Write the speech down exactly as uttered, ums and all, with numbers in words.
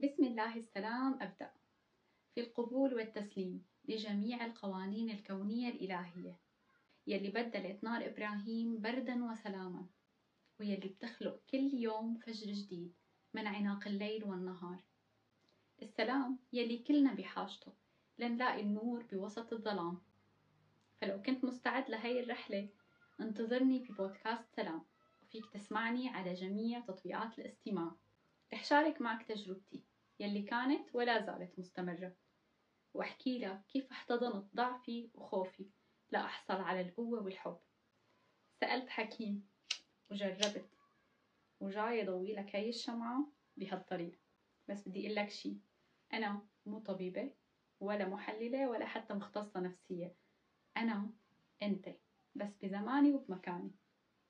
بسم الله السلام أبدأ في القبول والتسليم لجميع القوانين الكونية الإلهية يلي بدلت نار إبراهيم بردا وسلاما، ويلي بتخلق كل يوم فجر جديد من عناق الليل والنهار. السلام يلي كلنا بحاجته لنلاقي النور بوسط الظلام. فلو كنت مستعد لهي الرحلة انتظرني ببودكاست سلام، وفيك تسمعني على جميع تطبيقات الاستماع. رح شارك معك تجربتي يلي كانت ولا زالت مستمرة، وأحكي لك كيف احتضنت ضعفي وخوفي لأحصل على القوة والحب. سألت حكيم وجربت، وجاي ضوي لك هاي الشمعة بهالطريق. بس بدي أقول لك شي، أنا مو طبيبة ولا محللة ولا حتى مختصة نفسية، أنا أنت بس بزماني وبمكاني.